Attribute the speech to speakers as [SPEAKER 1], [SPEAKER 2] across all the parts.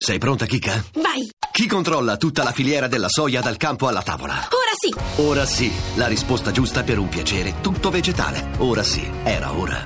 [SPEAKER 1] Sei pronta, Kika?
[SPEAKER 2] Vai!
[SPEAKER 1] Chi controlla tutta la filiera della soia dal campo alla tavola?
[SPEAKER 2] Ora sì!
[SPEAKER 1] Ora sì, la risposta giusta per un piacere tutto vegetale. Ora sì, era ora.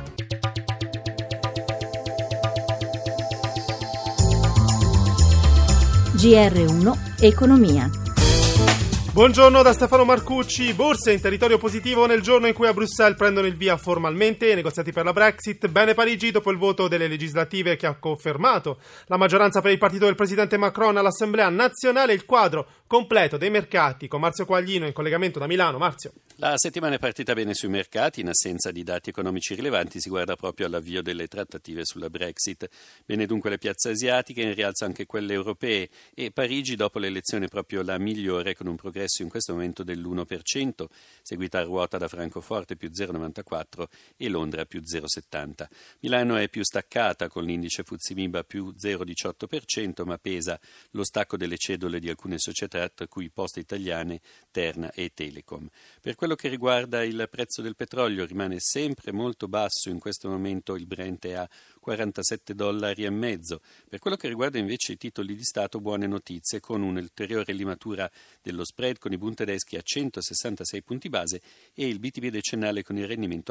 [SPEAKER 3] GR1 Economia.
[SPEAKER 4] Buongiorno da Stefano Marcucci. Borse in territorio positivo nel giorno in cui a Bruxelles prendono il via formalmente i negoziati per la Brexit. Bene Parigi dopo il voto delle legislative che ha confermato la maggioranza per il partito del presidente Macron all'Assemblea nazionale. Il quadro completo dei mercati con Marzio Quaglino in collegamento da Milano. Marzio.
[SPEAKER 5] La settimana è partita bene sui mercati, in assenza di dati economici rilevanti si guarda proprio all'avvio delle trattative sulla Brexit. Bene dunque le piazze asiatiche, in rialzo anche quelle europee, e Parigi dopo l'elezione proprio la migliore con un progresso in questo momento dell'1%, seguita a ruota da Francoforte più 0,94 e Londra più 0,70. Milano è più staccata con l'indice FTSE MIB più 0,18%, ma pesa lo stacco delle cedole di alcune società tra cui Poste Italiane, Terna e Telecom. Per quello che riguarda il prezzo del petrolio rimane sempre molto basso, in questo momento il Brent è a $47,50. Per quello che riguarda invece i titoli di Stato, buone notizie con un'ulteriore limatura dello spread con i Bund tedeschi a 166 punti base e il BTP decennale con il rendimento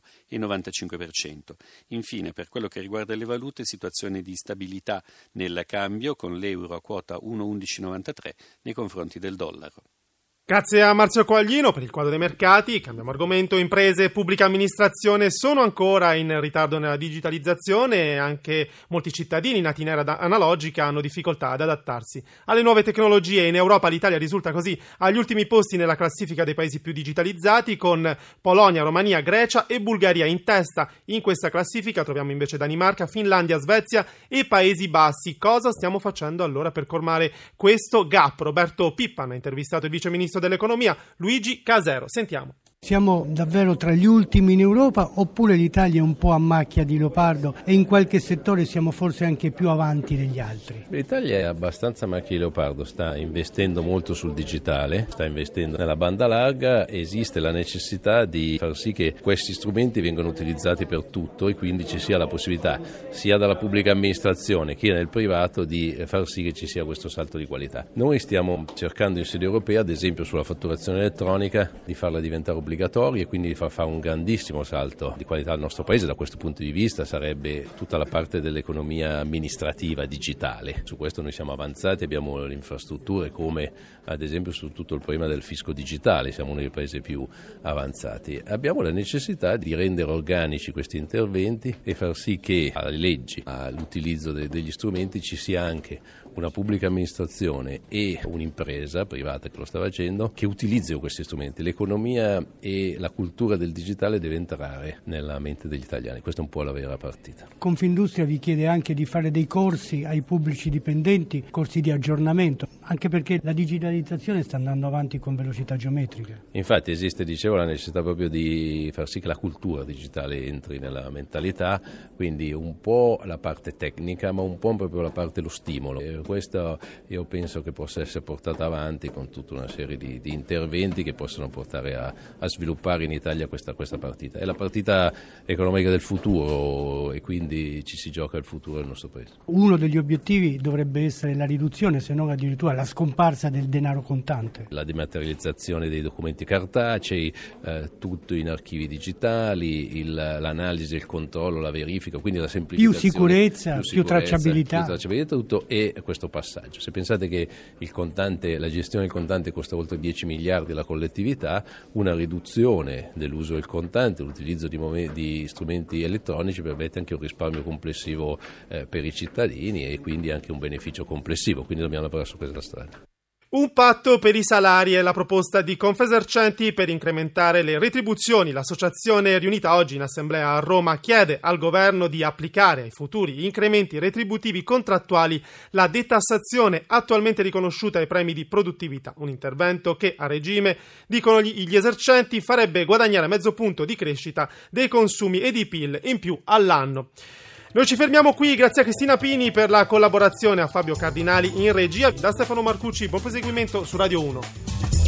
[SPEAKER 5] all'1,95%. Infine, per quello che riguarda le valute, situazione di stabilità nel cambio con l'euro a quota 1,1193 nei confronti del dollaro.
[SPEAKER 4] Grazie a Marzio Quaglino per il quadro dei mercati. Cambiamo argomento. Imprese e pubblica amministrazione sono ancora in ritardo nella digitalizzazione e anche molti cittadini nati in era analogica hanno difficoltà ad adattarsi alle nuove tecnologie. In Europa l'Italia risulta così agli ultimi posti nella classifica dei paesi più digitalizzati, con Polonia, Romania, Grecia e Bulgaria in testa. In questa classifica troviamo invece Danimarca, Finlandia, Svezia e Paesi Bassi. Cosa stiamo facendo allora per colmare questo gap? Roberto Pippan ha intervistato il vice ministro dell'economia Luigi Casero. Sentiamo.
[SPEAKER 6] Siamo davvero tra gli ultimi in Europa oppure l'Italia è un po' a macchia di leopardo e in qualche settore siamo forse anche più avanti degli altri?
[SPEAKER 7] L'Italia è abbastanza macchia di leopardo, sta investendo molto sul digitale, sta investendo nella banda larga, esiste la necessità di far sì che questi strumenti vengano utilizzati per tutto e quindi ci sia la possibilità sia dalla pubblica amministrazione che nel privato di far sì che ci sia questo salto di qualità. Noi stiamo cercando in sede europea, ad esempio sulla fatturazione elettronica, di farla diventare obbligatoria e quindi di far fare un grandissimo salto di qualità al nostro paese. Da questo punto di vista sarebbe tutta la parte dell'economia amministrativa digitale. Su questo noi siamo avanzati, abbiamo le infrastrutture come ad esempio su tutto il problema del fisco digitale, siamo uno dei paesi più avanzati. Abbiamo la necessità di rendere organici questi interventi e far sì che alle leggi, all'utilizzo degli strumenti ci sia anche una pubblica amministrazione e un'impresa privata che lo sta facendo che utilizzino questi strumenti. L'economia e la cultura del digitale deve entrare nella mente degli italiani, questa è un po' la vera partita.
[SPEAKER 6] Confindustria vi chiede anche di fare dei corsi ai pubblici dipendenti, corsi di aggiornamento, anche perché la digitalizzazione sta andando avanti con velocità geometrica.
[SPEAKER 7] Infatti esiste, dicevo, la necessità proprio di far sì che la cultura digitale entri nella mentalità, quindi un po' la parte tecnica ma un po' proprio la parte lo stimolo. Questo io penso che possa essere portato avanti con tutta una serie di interventi che possono portare a sviluppare in Italia questa partita. È la partita economica del futuro e quindi ci si gioca il futuro del nostro paese.
[SPEAKER 6] Uno degli obiettivi dovrebbe essere la riduzione, se non addirittura la scomparsa del denaro contante.
[SPEAKER 7] La dematerializzazione dei documenti cartacei, tutto in archivi digitali, l'analisi, il controllo, la verifica, quindi la semplificazione. Più sicurezza, più tracciabilità, tutto e questo passaggio. Se pensate che il contante, la gestione del contante costa oltre 10 miliardi alla collettività, una riduzione dell'uso del contante, l'utilizzo di strumenti elettronici permette anche un risparmio complessivo per i cittadini e quindi anche un beneficio complessivo, quindi dobbiamo lavorare su questa strada.
[SPEAKER 4] Un patto per i salari è la proposta di Confesercenti per incrementare le retribuzioni. L'associazione riunita oggi in assemblea a Roma chiede al governo di applicare ai futuri incrementi retributivi contrattuali la detassazione attualmente riconosciuta ai premi di produttività. Un intervento che a regime, dicono gli esercenti, farebbe guadagnare mezzo punto di crescita dei consumi e di PIL in più all'anno. Noi ci fermiamo qui, grazie a Cristina Pini per la collaborazione, a Fabio Cardinali in regia. Da Stefano Marcucci, buon proseguimento su Radio 1.